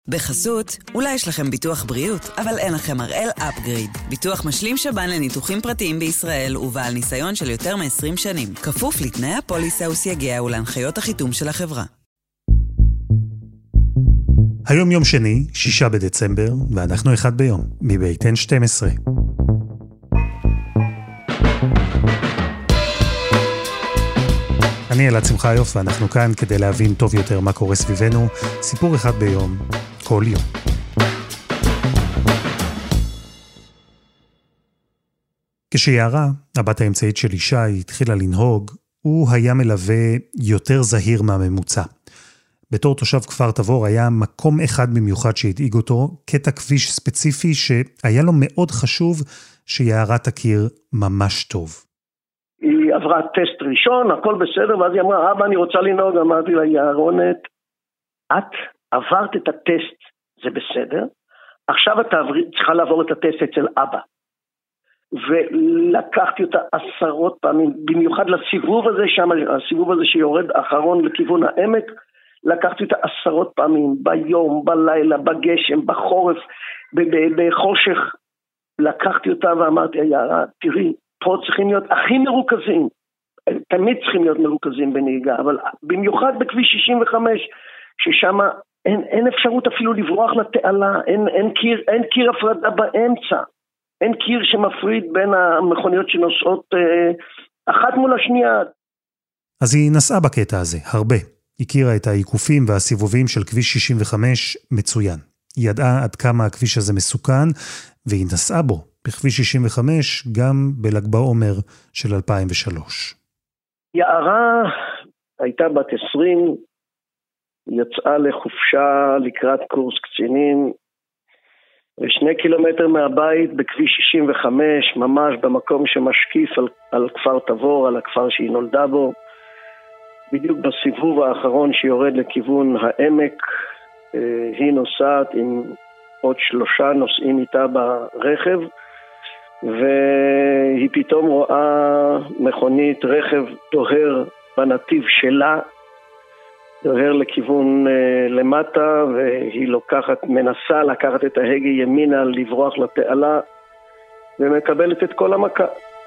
בחסות, אולי יש לכם ביטוח בריאות, אבל אין לכם הראל אפגריד. ביטוח משלים שב"ן לניתוחים פרטיים בישראל ובעל ניסיון של יותר מ-20 שנים. כפוף לתנאי הפוליסה וסייגיה ולהנחיות החיתום של החברה. היום יום שני, 6 בדצמבר, ואנחנו אחד ביום, מבית N12. אני אלעד שמחיוף, ואנחנו כאן כדי להבין טוב יותר מה קורה סביבנו. סיפור אחד ביום, כל יום. כשיערה, הבת האמצעית של ישי, התחילה לנהוג, הוא היה מלווה יותר זהיר מהממוצע. בתור תושב כפר תבור היה מקום אחד במיוחד שהדאיג אותו, קטע כביש ספציפי שהיה לו מאוד חשוב שיערה תכיר ממש טוב. היא עברה טסט ראשון, הכל בסדר, ואז היא אמרה, אבא אני רוצה לנהוג, אמרתי לה, יערונת, את עברת את הטסט, זה בסדר, עכשיו את צריכה לעבור את הטסט אצל אבא. ולקחתי אותה עשרות פעמים, במיוחד לסיבוב הזה שם, הסיבוב הזה שיורד אחרון לכיוון העמק, לקחתי אותה עשרות פעמים, ביום, בלילה, בגשם, בחורף, בחושך, לקחתי אותה ואמרתי, יערה, תראי, פה צריכים להיות הכי מרוכזים, תמיד צריכים להיות מרוכזים בנהיגה, אבל במיוחד בכביש 65, ששם אין אפשרות אפילו לברוח לתעלה, אין קיר הפרדה באמצע, אין קיר שמפריד בין המכוניות שנוסעות אחת מול השנייה. אז היא נסעה בקטע הזה, הרבה. הכירה את העיקופים והסיבובים של כביש 65 מצוין. היא ידעה עד כמה הכביש הזה מסוכן, והיא נסעה בו בכביש 65 גם בל"ג בעומר של 2003. יערה הייתה בת 20, יצאה לחופשה לקראת קורס קצינים, 2 קילומטר מהבית בכביש 65, ממש במקום שמשקיף על כפר תבור, על הכפר שהיא נולדה בו, בדיוק בסיבוב האחרון שיורד לכיוון העמק, היא נוסעת עם עוד 3 נוסעים איתה ברכב, והיא פתאום רואה מכונית רכב דוהר בנתיב שלה, דוהר לכיוון למטה, והיא מנסה לקחת את ההגה ימינה, לברוח לתעלה, ומקבלת את כל המכה.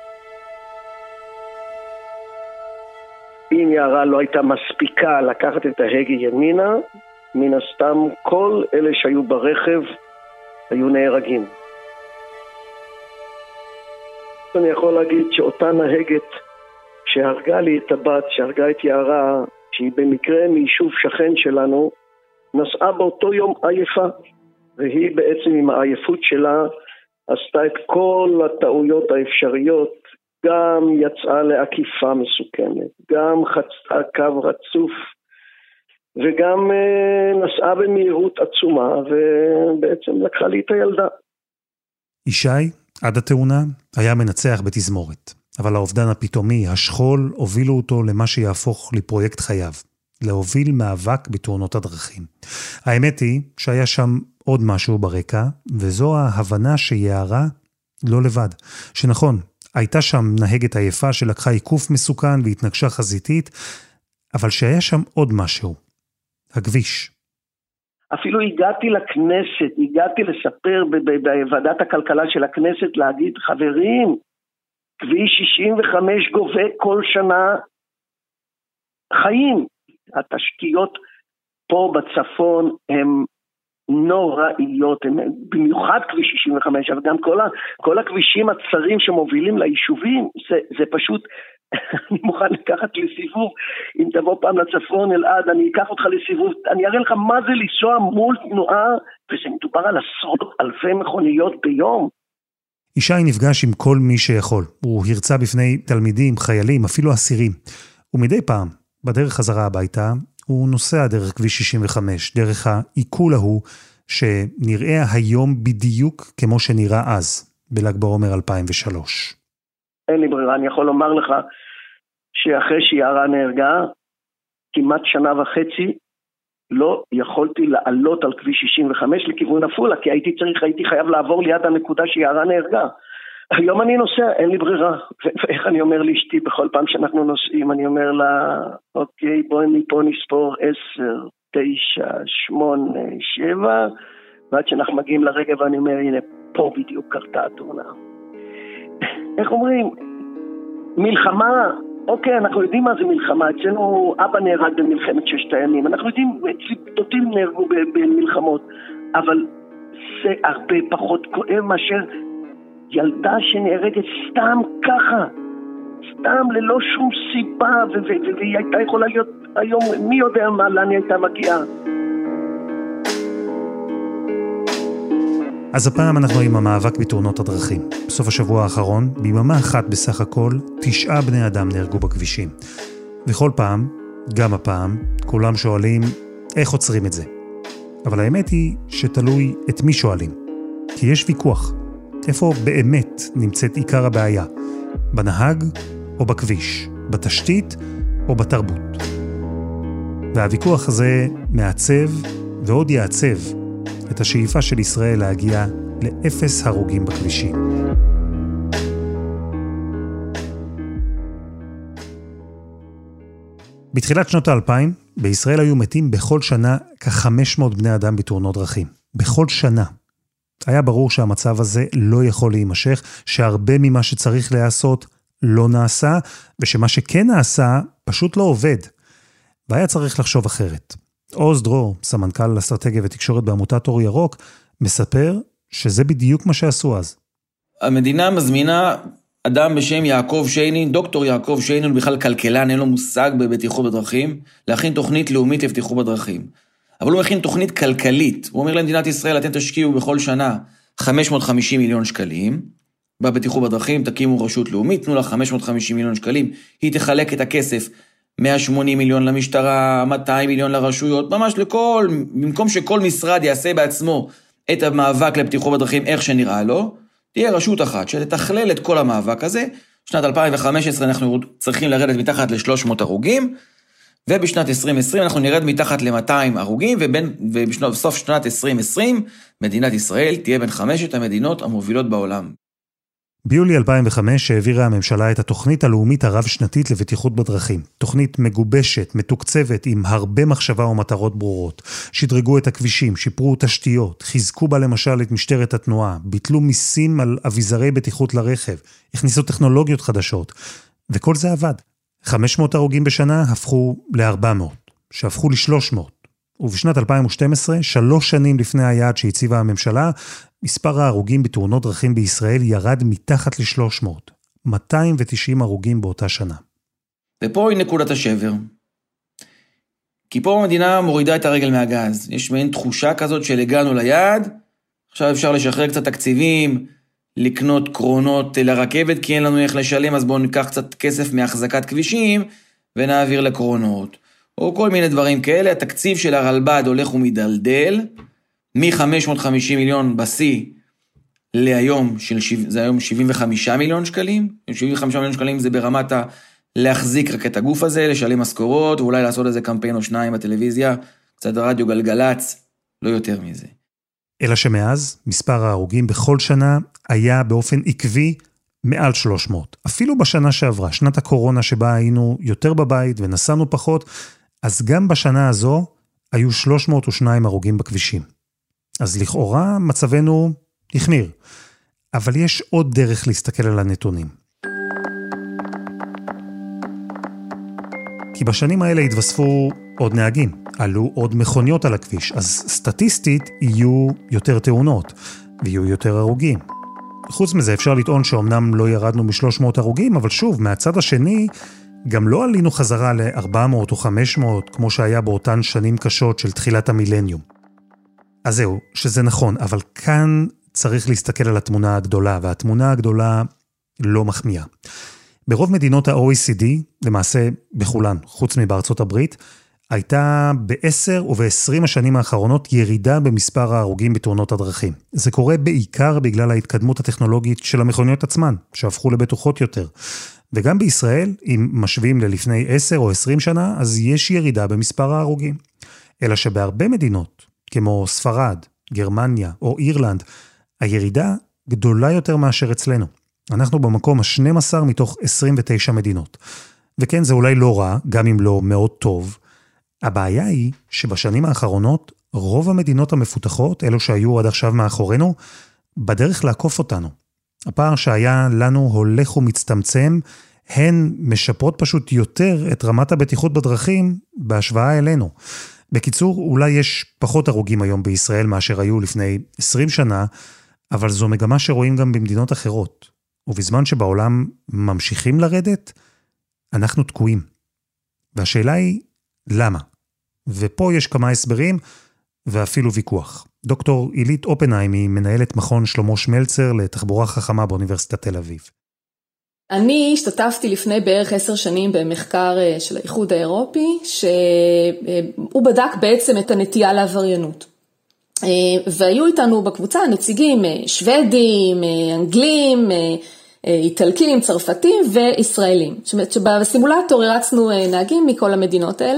אם יערה לא הייתה מספיקה לקחת את ההגה ימינה, מן הסתם כל אלה שהיו ברכב היו נהרגים. אני יכול להגיד שאותה נהגת שהרגה לי את הבת, שהרגה את יערה, שהיא במקרה מיישוב שכן שלנו, נסעה באותו יום עייפה, והיא בעצם עם העייפות שלה עשתה את כל הטעויות האפשריות, גם יצאה לעקיפה מסוכנת, גם חצתה קו רצוף, וגם נסעה במהירות עצומה, ובעצם לקחה לי את הילדה. ישי, עד התאונה, היה מנצח בתזמורת. אבל האובדן הפתאומי, השכול, הובילו אותו למה שיהפוך לפרויקט חייו. להוביל מאבק בתאונות הדרכים. האמת היא שהיה שם עוד משהו ברקע, וזו ההבנה שיערה לא לבד. שנכון, הייתה שם נהגת עייפה שלקחה עיקוף מסוכן והתנגשה חזיתית, אבל שהיה שם עוד משהו. הכביש. אפילו הגעתי לכנסת, הגעתי לספר בוועדת הכלכלה של הכנסת, להגיד, חברים, כביש 65 גובה כל שנה חיים. התשתיות פה בצפון הן נוראיות, במיוחד כביש 65, אבל גם כל הכבישים הצרים שמובילים ליישובים, זה פשוט, אני מוכן לקחת לסיבוב, אם תבוא פעם לצפון אלעד, אני אקח אותך לסיבוב, אני אראה לך מה זה לנסוע מול תנועה, וזה מדובר על עשרות אלפי מכוניות ביום. ישי נפגש עם כל מי שיכול, הוא הרצה בפני תלמידים, חיילים, אפילו אסירים, ומדי פעם, בדרך חזרה הביתה, הוא נוסע דרך כביש 65, דרך העיכול ההוא, שנראה היום בדיוק כמו שנראה אז, בל"ג בעומר 2003. אין לי ברירה, אני יכול לומר לך, שאחרי שיערה נהרגה, כמעט 1.5 שנה, לא יכולתי לעלות על כביש 65 לכיוון עפולה, כי הייתי חייב לעבור ליד הנקודה שיערה נהרגה. היום אני נוסע, אין לי ברירה. ואיך אני אומר לאשתי בכל פעם שאנחנו נוסעים, אני אומר לה, אוקיי, בואי מפה נספור 10, 9, 8, 7, ועד שאנחנו מגיעים לרגע ואני אומר, הנה, פה בדיוק קרתה התאונה. איך אומרים? מלחמה, אוקיי, אנחנו יודעים מה זה מלחמה, אצלנו אבא נהרג במלחמת 6 הימים, אנחנו יודעים, דודים נהרגו במלחמות, אבל זה הרבה פחות כואב מאשר ילדה שנהרגת סתם ככה, סתם ללא שום סיבה, והיא הייתה יכולה להיות היום, מי יודע מה, לאן היא הייתה מגיעה. אז הפעם אנחנו עם המאבק בתאונות הדרכים. בסוף השבוע האחרון, ביממה אחת בסך הכל, 9 בני אדם נהרגו בכבישים. וכל פעם, גם הפעם, כולם שואלים איך עוצרים את זה. אבל האמת היא שתלוי את מי שואלים. כי יש ויכוח. איפה באמת נמצאת עיקר הבעיה? בנהג או בכביש? בתשתית או בתרבות? והוויכוח הזה מעצב ועוד יעצב את השאיפה של ישראל להגיע ל0 הרוגים בכבישים. בתחילת שנות ה-2000, בישראל היו מתים בכל שנה כ-500 בני אדם בתאונות דרכים. בכל שנה. היה ברור שהמצב הזה לא יכול להימשך, שהרבה ממה שצריך לעשות לא נעשה, ושמה שכן נעשה פשוט לא עובד. והיה צריך לחשוב אחרת. עוז דרור, סמנכ"ל אסטרטגיה ותקשורת בעמותת אור ירוק, מספר שזה בדיוק מה שעשו אז. המדינה מזמינה אדם בשם יעקב שיינין, דוקטור יעקב שיינין, הוא בכלל כלכלן, אין לו מושג בבטיחות בדרכים, להכין תוכנית לאומית לבטיחות בדרכים. אבל הוא מכין תוכנית כלכלית. הוא אומר למדינת ישראל, אתם תשקיעו בכל שנה 550 מיליון שקלים, בבטיחות בדרכים תקימו רשות לאומית, תנו לה 550 מיליון שקלים, היא תחלק את הכסף 180 מיליון למשטרה, 200 מיליון לרשויות, ממש לכל, במקום שכל משרד יעשה בעצמו את המאבק לבטיחות בדרכים איך שנראה לו, תהיה רשות אחת שתתכלל את כל המאבק הזה. שנת 2015 אנחנו צריכים לרדת מתחת ל-300 הרוגים, ובשנת 2020 אנחנו נרד מתחת ל-200 הרוגים, ובסוף שנת 2020 מדינת ישראל תהיה בין 5 המדינות המובילות בעולם. ביולי 2005 העבירה הממשלה את התוכנית הלאומית הרב-שנתית לבטיחות בדרכים. תוכנית מגובשת, מתוקצבת, עם הרבה מחשבה ומטרות ברורות. שדרגו את הכבישים, שיפרו תשתיות, חיזקו בה למשל את משטרת התנועה, ביטלו מיסים על אביזרי בטיחות לרכב, הכניסו טכנולוגיות חדשות, וכל זה עבד. 500 הרוגים בשנה הפכו ל-400, שהפכו ל-300. ובשנת 2012, 3 שנים לפני היעד שהציבה הממשלה, מספר ההרוגים בתאונות דרכים בישראל ירד מתחת ל-300. 290 הרוגים באותה שנה. ופה היא נקודת השבר. כי פה המדינה מורידה את הרגל מהגז. יש מעין תחושה כזאת של הגענו ליעד, עכשיו אפשר לשחרר קצת תקציבים, לקנות קרונות לרכבת, כי אין לנו איך לשלם, אז בואו ניקח קצת כסף מהחזקת כבישים, ונעביר לקרונות. או כל מיני דברים כאלה. התקציב של הרלב"ד הולך ומדלדל, מ-550 מיליון בסי להיום, זה היום 75 מיליון שקלים. 75 מיליון שקלים זה ברמת להחזיק רק את הגוף הזה, לשלם משכורות, ואולי לעשות איזה קמפיין או 2 בטלוויזיה, קצת רדיו גלגלץ, לא יותר מזה. אלא שמאז, מספר ההרוגים בכל שנה היה באופן עקבי מעל 300. אפילו בשנה שעברה, שנת הקורונה שבה היינו יותר בבית ונסענו פחות, אז גם בשנה הזו היו 302 הרוגים בכבישים. אז לכאורה מצבנו החמיר. אבל יש עוד דרך להסתכל על הנתונים. כי בשנים האלה התווספו עוד נהגים, עלו עוד מכוניות על הכביש, אז סטטיסטית יהיו יותר תאונות, ויהיו יותר הרוגים. חוץ מזה אפשר לטעון שאומנם לא ירדנו מ-300 הרוגים, אבל שוב, מהצד השני, גם לא עלינו חזרה ל-400 או 500, כמו שהיה באותן שנים קשות של תחילת המילניום. אז זהו, שזה נכון, אבל כאן צריך להסתכל על התמונה הגדולה, והתמונה הגדולה לא מחמיאה. ברוב מדינות ה-OECD, למעשה בכולן, חוץ מבארצות הברית, הייתה ב10 וב20 השנים האחרונות ירידה במספר ההרוגים בתאונות הדרכים. זה קורה בעיקר בגלל ההתקדמות הטכנולוגית של המכוניות עצמן, שהפכו לבטוחות יותר. וגם בישראל, אם משווים ללפני 10 או 20 שנה, אז יש ירידה במספר ההרוגים. אלא שבהרבה מדינות, כמו ספרד, גרמניה או אירלנד, הירידה גדולה יותר מאשר אצלנו. אנחנו במקום ה-12 מתוך 29 מדינות. וכן, זה אולי לא רע, גם אם לא מאוד טוב, הבעיה היא שבשנים האחרונות, רוב המדינות המפותחות, אלו שהיו עד עכשיו מאחורינו, בדרך לעקוף אותנו. הפער שהיה לנו הולך ומצטמצם, הן משפרות פשוט יותר את רמת הבטיחות בדרכים בהשוואה אלינו. בקיצור, אולי יש פחות הרוגים היום בישראל מאשר היו לפני 20 שנה, אבל זו מגמה שרואים גם במדינות אחרות. ובזמן שבעולם ממשיכים לרדת, אנחנו תקועים. והשאלה היא, למה? ופה יש כמה הסברים ואפילו ויכוח. דוקטור אילית אופנהיים היא מנהלת מכון שלמה שמלצר לתחבורה חכמה באוניברסיטת תל אביב. אני השתתפתי לפני בערך 10 שנים במחקר של האיחוד האירופי, שהוא בדק בעצם את הנטייה לעבריינות. והיו איתנו בקבוצה נציגים שוודים, אנגלים, איטלקים, צרפתים וישראלים. זאת אומרת שבסימולטור הרצנו נהגים מכל המדינות האלה,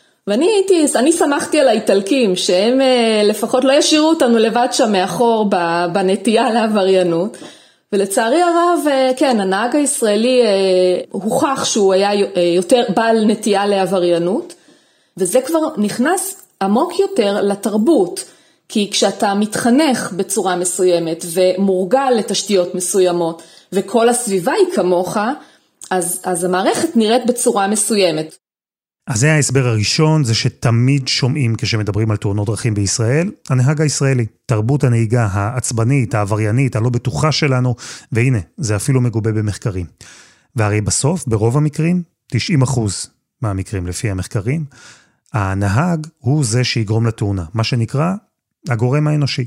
ואני שמחתי על האיטלקים, שהם לפחות לא ישאירו אותנו לבד שם מאחור בנטייה לעבריינות. ולצערי הרב, כן, הנהג הישראלי הוכח שהוא היה יותר בעל נטייה לעבריינות, וזה כבר נכנס עמוק יותר לתרבות, כי כשאתה מתחנך בצורה מסוימת ומורגל לתשתיות מסוימות, וכל הסביבה היא כמוך, אז המערכת נראית בצורה מסוימת. אז זה ההסבר הראשון, זה שתמיד שומעים כשמדברים על תאונות דרכים בישראל, הנהג הישראלי, תרבות הנהיגה העצבנית, העבריינית, הלא בטוחה שלנו, והנה, זה אפילו מגובה במחקרים. והרי בסוף, ברוב המקרים, 90% מהמקרים לפי המחקרים, הנהג הוא זה שיגרום לתאונה, מה שנקרא הגורם האנושי.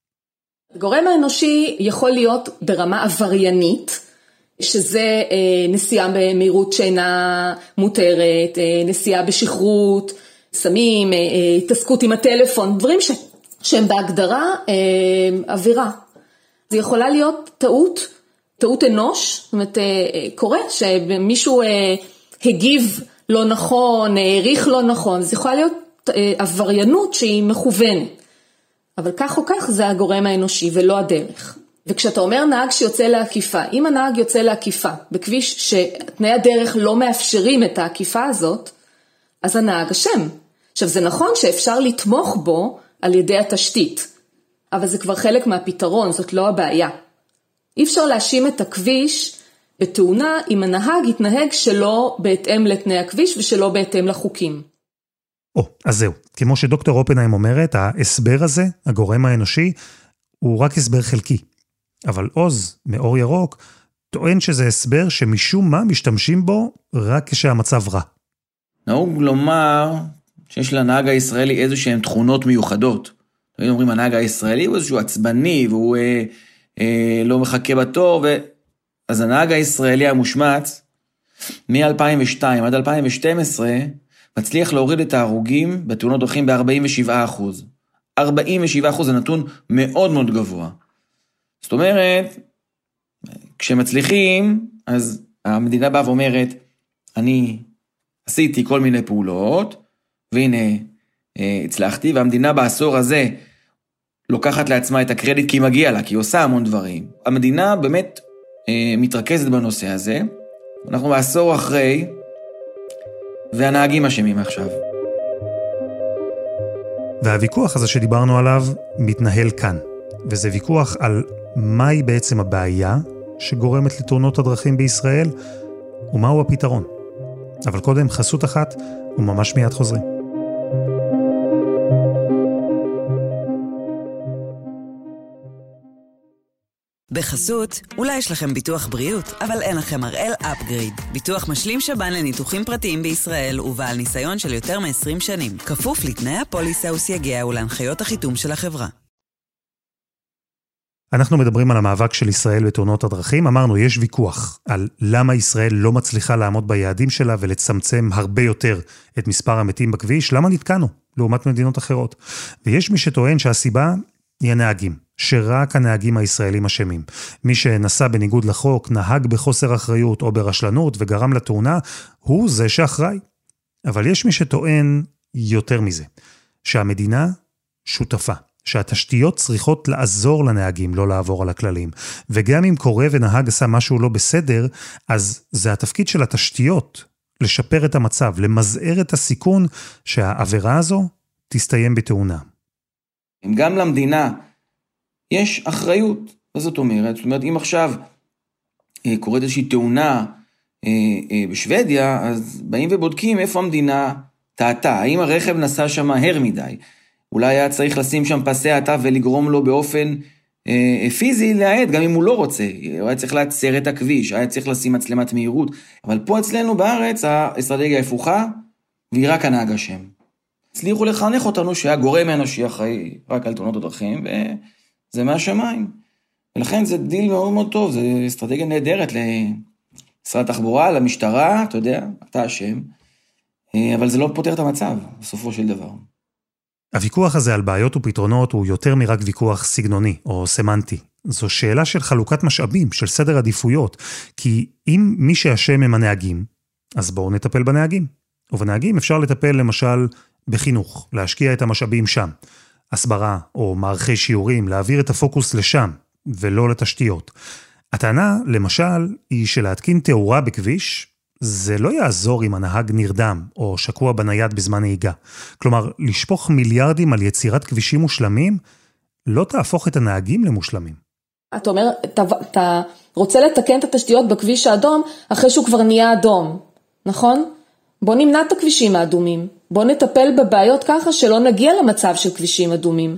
הגורם האנושי יכול להיות ברמה עבריינית, שזה נסיעה במהירות שאינה מותרת, נסיעה בשכרות, סמים, התעסקות עם הטלפון, דברים שהם בהגדרה עבירה. זה יכולה להיות טעות אנוש, זאת אומרת, קורה שמישהו הגיב לא נכון, העריך לא נכון, זה יכולה להיות עבריינות שהיא מכוונת. אבל כך או כך זה הגורם האנושי ולא הדרך. וכשאתה אומר נהג שיוצא לעקיפה, אם הנהג יוצא לעקיפה בכביש שתנאי הדרך לא מאפשרים את העקיפה הזאת, אז הנהג אשם. עכשיו זה נכון שאפשר לתמוך בו על ידי התשתית, אבל זה כבר חלק מהפתרון, זאת לא הבעיה. אי אפשר להאשים את הכביש בתאונה אם הנהג יתנהג שלא בהתאם לתנאי הכביש ושלא בהתאם לחוקים. אז זהו, כמו שדוקטור אופנהיים אומרת, ההסבר הזה, הגורם האנושי, הוא רק הסבר חלקי. אבל עוז, מאור ירוק, טוען שזה הסבר שמשום מה משתמשים בו רק כשהמצב רע. נהוג לומר שיש לנהג הישראלי איזושהן תכונות מיוחדות. תמיד אומרים, הנהג הישראלי הוא איזשהו עצבני, והוא לא מחכה בתור, אז הנהג הישראלי המושמץ, מ-2002 עד 2012, מצליח להוריד את ההרוגים בתאונות דרכים ב-47%. 47% זה נתון מאוד מאוד גבוה. זאת אומרת, כשמצליחים, אז המדינה באה ואומרת, אני עשיתי כל מיני פעולות, והנה הצלחתי, והמדינה בעשור הזה לוקחת לעצמה את הקרדיט כי היא מגיעה לה, כי היא עושה המון דברים. המדינה באמת מתרכזת בנושא הזה, אנחנו בעשור אחרי, והנהגים אשמים עכשיו. והוויכוח הזה שדיברנו עליו מתנהל כאן, וזה ויכוח על מהי בעצם הבעיה שגורמת לתאונות הדרכים בישראל, ומהו הפתרון. אבל קודם חסות אחת, וממש מיד חוזרים. בחסות, אולי יש לכם ביטוח בריאות, אבל אין לכם הראל אפגריד. ביטוח משלים שב"ן לניתוחים פרטיים בישראל ובעל ניסיון של יותר מ-20 שנים. כפוף לתנאי הפוליסה וסייגיה ולהנחיות החיתום של החברה. אנחנו מדברים על המאבק של ישראל בתאונות הדרכים. אמרנו, יש ויכוח על למה ישראל לא מצליחה לעמוד ביעדים שלה ולצמצם הרבה יותר את מספר המתים בכביש. למה נתקענו לעומת מדינות אחרות? ויש מי שטוען שהסיבה היא הנהגים, שרק הנהגים הישראלים אשמים. מי שנסע בניגוד לחוק, נהג בחוסר אחריות או ברשלנות וגרם לתאונה, הוא זה שאחראי. אבל יש מי שטוען יותר מזה, שהמדינה שותפה. שהתשתיות צריכות לעזור לנהגים לא לעבור על הכללים. וגם אם קורה ונהג עשה משהו לא בסדר, אז זה התפקיד של התשתיות לשפר את המצב, למזער את הסיכון שהעבירה הזו תסתיים בתאונה. גם למדינה יש אחריות. מה זאת אומרת? זאת אומרת, אם עכשיו קורית איזושהי תאונה בשוודיה, אז באים ובודקים איפה המדינה טעתה. האם הרכב נסע שם מהר מדי? אולי היה צריך לשים שם פסי האטה ולגרום לו באופן פיזי להעד, גם אם הוא לא רוצה. הוא היה צריך לעצר את הכביש, היה צריך לשים מצלמת מהירות. אבל פה אצלנו בארץ האסטרטגיה הפוכה, והיא רק הנהג אשם. הצליחו לחנך אותנו שהגורם האנושי אחראי רק על תאונות הדרכים, וזה מהשמיים. ולכן זה דיל מאוד מאוד טוב, זה אסטרטגיה נהדרת למשרד התחבורה, למשטרה, אתה יודע, אתה אשם, אבל זה לא פותר את המצב, בסופו של דבר. הוויכוח הזה על בעיות ופתרונות הוא יותר מרק ויכוח סגנוני או סמנטי. זו שאלה של חלוקת משאבים, של סדר עדיפויות, כי אם מי שאשם הם הנהגים, אז בואו נטפל בנהגים. ובנהגים אפשר לטפל למשל בחינוך, להשקיע את המשאבים שם, הסברה או מערכי שיעורים, להעביר את הפוקוס לשם, ולא לתשתיות. הטענה, למשל, היא שלהתקין תאורה בכביש, זה לא יעזור אם הנהג נרדם או שקוע בנייד בזמן נהיגה. כלומר, לשפוך מיליארדים על יצירת כבישים מושלמים, לא תהפוך את הנהגים למושלמים. אתה אומר, אתה רוצה לתקן את התשתיות בכביש האדום, אחרי שהוא כבר נהיה אדום, נכון? בוא נמנע את הכבישים האדומים. בוא נטפל בבעיות ככה שלא נגיע למצב של כבישים אדומים.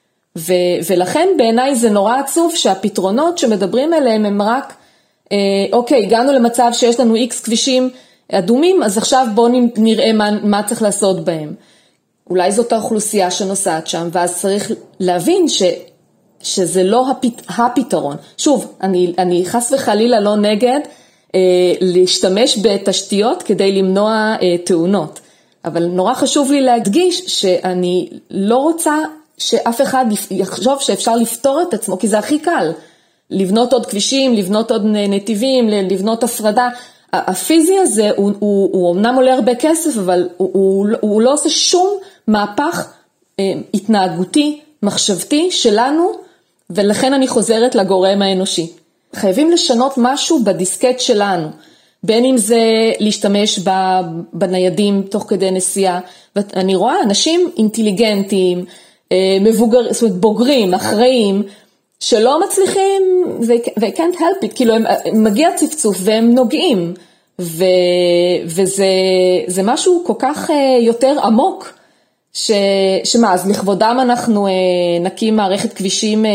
ולכן בעיניי זה נורא עצוב שהפתרונות שמדברים עליהם הם רק, אוקיי, הגענו למצב שיש לנו X כבישים אדומים, אז עכשיו בוא נראה מה צריך לעשות בהם. אולי זאת האוכלוסייה שנוסעת שם, ואז צריך להבין שזה לא הפתרון. שוב, אני חס וחלילה לא נגד להשתמש בתשתיות כדי למנוע תאונות. אבל נורא חשוב לי להדגיש שאני לא רוצה שאף אחד יחשוב שאפשר לפתור את עצמו, כי זה הכי קל. לבנות עוד כבישים, לבנות עוד נתיבים, לבנות הפרדה. הפיזי הזה הוא אמנם עולה הרבה כסף, אבל הוא לא עושה שום מהפך התנהגותי, מחשבתי שלנו, ולכן אני חוזרת לגורם האנושי. חייבים לשנות משהו בדיסקט שלנו, בין אם זה להשתמש בניידים תוך כדי נסיעה, ואני רואה אנשים אינטליגנטים, מבוגרים, זאת אומרת בוגרים, אחראים, שלא מצליחים, they can't help it, כאילו מגיע צפצוף והם נוגעים, וזה משהו כל כך יותר עמוק, שמה, אז לכבודם אנחנו נקים מערכת כבישים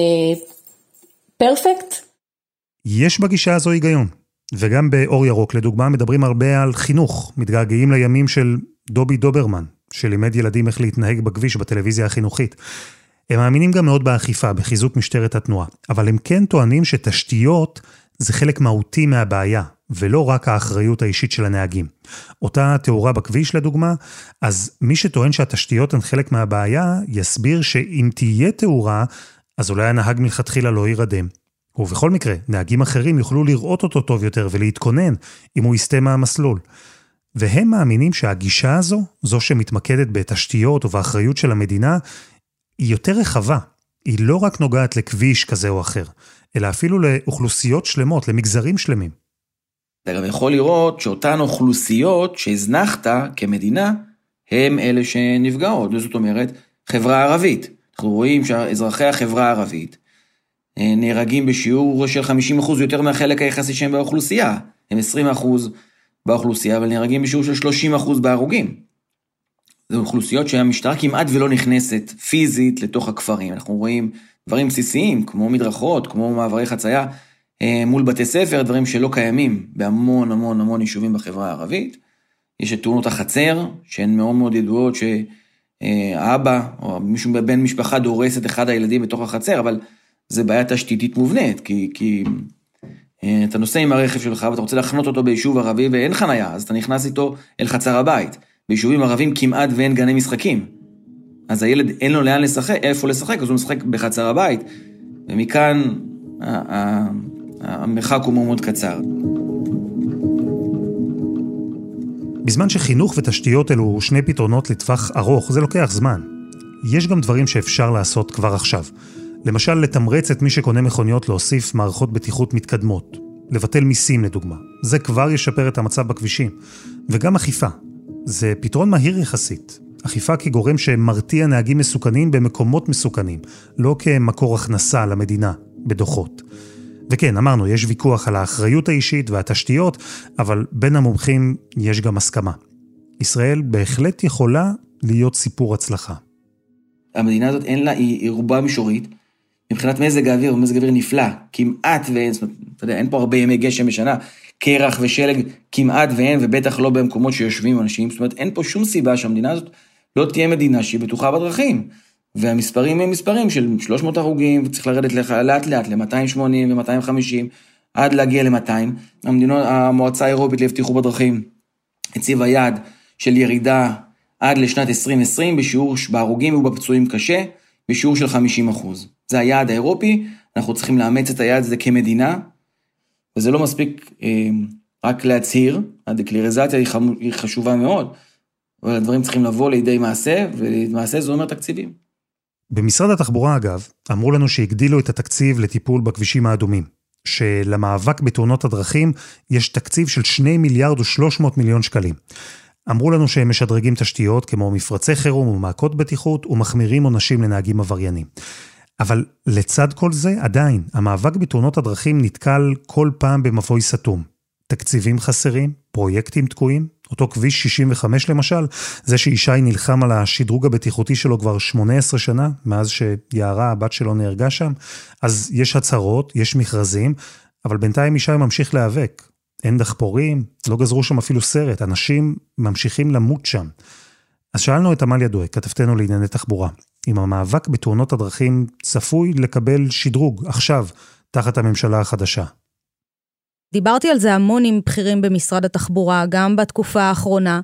פרפקט? יש בגישה הזו היגיון, וגם באור ירוק לדוגמה מדברים הרבה על חינוך, מתגעגעים לימים של דובי דוברמן, שלימד ילדים איך להתנהג בכביש בטלוויזיה החינוכית. הם מאמינים גם מאוד באכיפה, בחיזוק משטרת התנועה, אבל הם כן טוענים שתשתיות זה חלק מהותי מהבעיה, ולא רק האחריות האישית של הנהגים. אותה תאורה בכביש לדוגמה, אז מי שטוען שהתשתיות הן חלק מהבעיה, יסביר שאם תהיה תאורה, אז אולי הנהג מלכתחילה לא יירדם. ובכל מקרה, נהגים אחרים יוכלו לראות אותו טוב יותר ולהתכונן אם הוא יסטה מהמסלול. והם מאמינים שהגישה הזו, זו שמתמקדת בתשתיות ובאחריות של המדינה, היא יותר רחבה. היא לא רק נוגעת לכביש כזה או אחר, אלא אפילו לאוכלוסיות שלמות, למגזרים שלמים. אתה גם יכול לראות שאותן אוכלוסיות שהזנחת כמדינה, הם אלה שנפגעות. זאת אומרת, חברה ערבית. אנחנו רואים שאזרחי החברה הערבית נהרגים בשיעור של 50% יותר מהחלק היחסי שהם באוכלוסייה. הם 20% באוכלוסייה, אבל נהרגים בשיעור של 30% בהרוגים. זה אוכלוסיות שהמשטרה כמעט ולא נכנסת פיזית לתוך הכפרים. אנחנו רואים דברים בסיסיים, כמו מדרכות, כמו מעברי חצייה, מול בתי ספר, דברים שלא קיימים בהמון המון המון יישובים בחברה הערבית. יש את תאונות החצר, שהן מאוד מאוד ידועות שהאבא או מישהו בן משפחה דורס את אחד הילדים בתוך החצר, אבל זה בעיה תשתיתית מובנית, כי אתה נוסע עם הרכב שלך ואתה רוצה לחנות אותו ביישוב ערבי ואין חנייה, אז אתה נכנס איתו אל חצר הבית. ביישובים ערבים כמעט ואין גני משחקים. אז הילד אין לו לאן לשחק, איפה לשחק, אז הוא משחק בחצר הבית, ומכאן המרחק הוא מאוד קצר. בזמן שחינוך ותשתיות אלו שני פתרונות לטווח ארוך, זה לוקח זמן. יש גם דברים שאפשר לעשות כבר עכשיו. למשל, לתמרץ את מי שקונה מכוניות להוסיף מערכות בטיחות מתקדמות. לבטל מיסים לדוגמה. זה כבר ישפר את המצב בכבישים. וגם אכיפה. זה פתרון מהיר יחסית. אכיפה כגורם שמרתיע נהגים מסוכנים במקומות מסוכנים, לא כמקור הכנסה למדינה בדוחות. וכן, אמרנו, יש ויכוח על האחריות האישית והתשתיות, אבל בין המומחים יש גם הסכמה. ישראל בהחלט יכולה להיות סיפור הצלחה. המדינה הזאת אין לה, היא רובה מישורית, מבחינת מזג האוויר, מזג האוויר נפלא, כמעט ואין, זאת אומרת, אתה יודע, אין פה הרבה ימי גשם בשנה, קרח ושלג כמעט ואין, ובטח לא במקומות שיושבים אנשים, זאת אומרת, אין פה שום סיבה שהמדינה הזאת לא תהיה מדינה שהיא בטוחה בדרכים, והמספרים הם מספרים של 300 הרוגים, וצריך לרדת לאט לאט ל-280 ו-250, עד להגיע ל-200. המועצה האירופית לבטיחות בדרכים הציבה יעד של ירידה עד לשנת 2020, בשיעור בהרוגים ובפצועים קשה, בשיעור של 50%. זה היעד האירופי, אנחנו צריכים לאמץ את היעד הזה כמדינה, וזה לא מספיק רק להצהיר, הדקלריזציה היא חשובה מאוד, אבל הדברים צריכים לבוא לידי מעשה, ולמעשה זה אומר תקציבים. במשרד התחבורה אגב, אמרו לנו שהגדילו את התקציב לטיפול בכבישים האדומים, שלמאבק בתאונות הדרכים יש תקציב של 2 מיליארד ו300 מיליון שקלים. אמרו לנו שהם משדרגים תשתיות כמו מפרצי חירום ומעקות בטיחות ומחמירים עונשים לנהגים עבריינים. אבל לצד כל זה, עדיין, המאבק בתאונות הדרכים נתקל כל פעם במבוי סתום. תקציבים חסרים, פרויקטים תקועים, אותו כביש 65 למשל, זה שישי נלחם על השדרוג הבטיחותי שלו כבר 18 שנה, מאז שיערה הבת שלו נהרגה שם, אז יש הצהרות, יש מכרזים, אבל בינתיים ישי ממשיך להיאבק. אין דחפורים, לא גזרו שם אפילו סרט, אנשים ממשיכים למות שם. אז שאלנו את עמליה דואק, כתבתנו לענייני תחבורה, אם המאבק בתאונות הדרכים צפוי לקבל שדרוג עכשיו, תחת הממשלה החדשה. דיברתי על זה המון עם בכירים במשרד התחבורה, גם בתקופה האחרונה,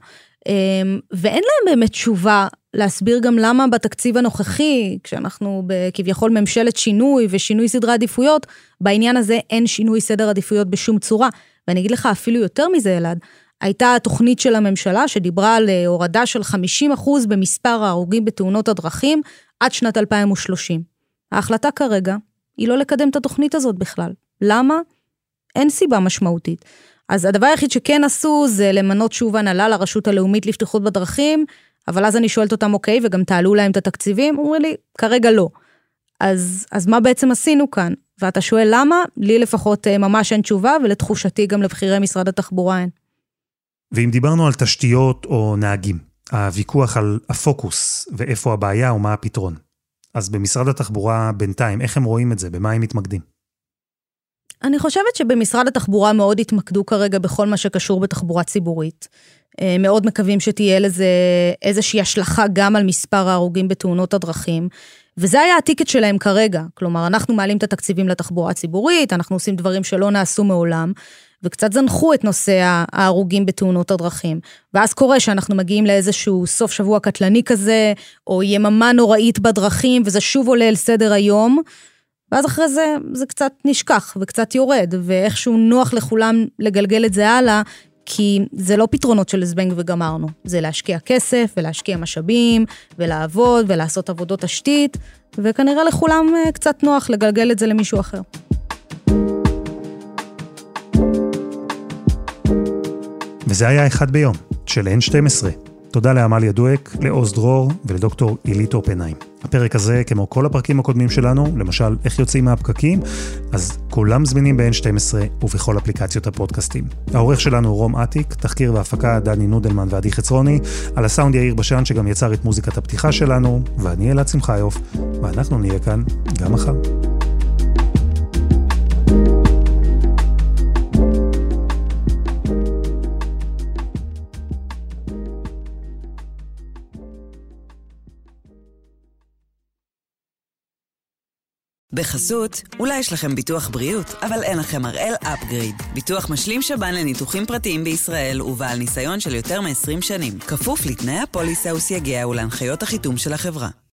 ואין להם באמת תשובה להסביר גם למה בתקציב הנוכחי, כשאנחנו כביכול ממשלת שינוי ושינוי סדרי עדיפויות, בעניין הזה אין שינוי סדר עדיפויות בשום צורה. ואני אגיד לך אפילו יותר מזה, אלעד, הייתה התוכנית של הממשלה שדיברה על הורדה של 50% במספר ההרוגים בתאונות הדרכים עד שנת 2030. ההחלטה כרגע היא לא לקדם את התוכנית הזאת בכלל. למה? אין סיבה משמעותית. אז הדבר היחיד שכן עשו זה למנות שוב הנהלה לרשות הלאומית לבטיחות בדרכים, אבל אז אני שואלת אותם, אוקיי, וגם תעלו להם את התקציבים? אומרים לי, כרגע לא. אז מה בעצם עשינו כאן? ואתה שואל למה? לי לפחות ממש אין תשובה, ולתחושתי גם לבחירי משרד התחבורה אין. ואם דיברנו על תשתיות או נהגים, הוויכוח על הפוקוס ואיפה הבעיה ומה הפתרון. אז במשרד התחבורה בינתיים, איך הם רואים את זה? במה הם מתמקדים? אני חושבת שבמשרד התחבורה מאוד התמקדו כרגע בכל מה שקשור בתחבורה ציבורית. מאוד מקווים שתהיה לזה איזושהי השלכה גם על מספר ההרוגים בתאונות הדרכים, וזה היה הטיקט שלהם כרגע. כלומר, אנחנו מעלים את התקציבים לתחבורה הציבורית, אנחנו עושים דברים שלא נעשו מעולם, וקצת זנחו את נושא ההרוגים בתאונות הדרכים. ואז קורה שאנחנו מגיעים לאיזשהו סוף שבוע קטלני כזה, או יממה נוראית בדרכים, וזה שוב עולה אל סדר היום, ואז אחרי זה קצת נשכח וקצת יורד, ואיכשהו נוח לכולם לגלגל את זה הלאה, כי זה לא פתרונות של זבנג וגמרנו. זה להשקיע כסף ולהשקיע משאבים, ולעבוד ולעשות עבודות תשתית, וכנראה לכולם קצת נוח לגלגל את זה למישהו אחר. וזה היה אחד ביום, של N12. תודה לעמליה דואק, לעוז דרור ולדוקטור אילית אופנהיים. הפרק הזה, כמו כל הפרקים הקודמים שלנו, למשל איך יוצאים מהפקקים, אז כולם זמינים ב-N12 ובכל אפליקציות הפודקאסטים. העורך שלנו הוא רום עתיק, תחקיר והפקה דני נודלמן ועדי חצרוני, על הסאונד יאיר בשן שגם יצר את מוזיקת הפתיחה שלנו, ואני אלעד שמחיוף, ואנחנו נהיה כאן גם מחר. בחסות, אולי יש לכם ביטוח בריאות, אבל אין לכם הראל אפגריד. ביטוח משלים שב"ן לניתוחים פרטיים בישראל ובעל ניסיון של יותר מ-20 שנים. כפוף לתנאי הפוליסה וסייגיה ולהנחיות החיתום של החברה.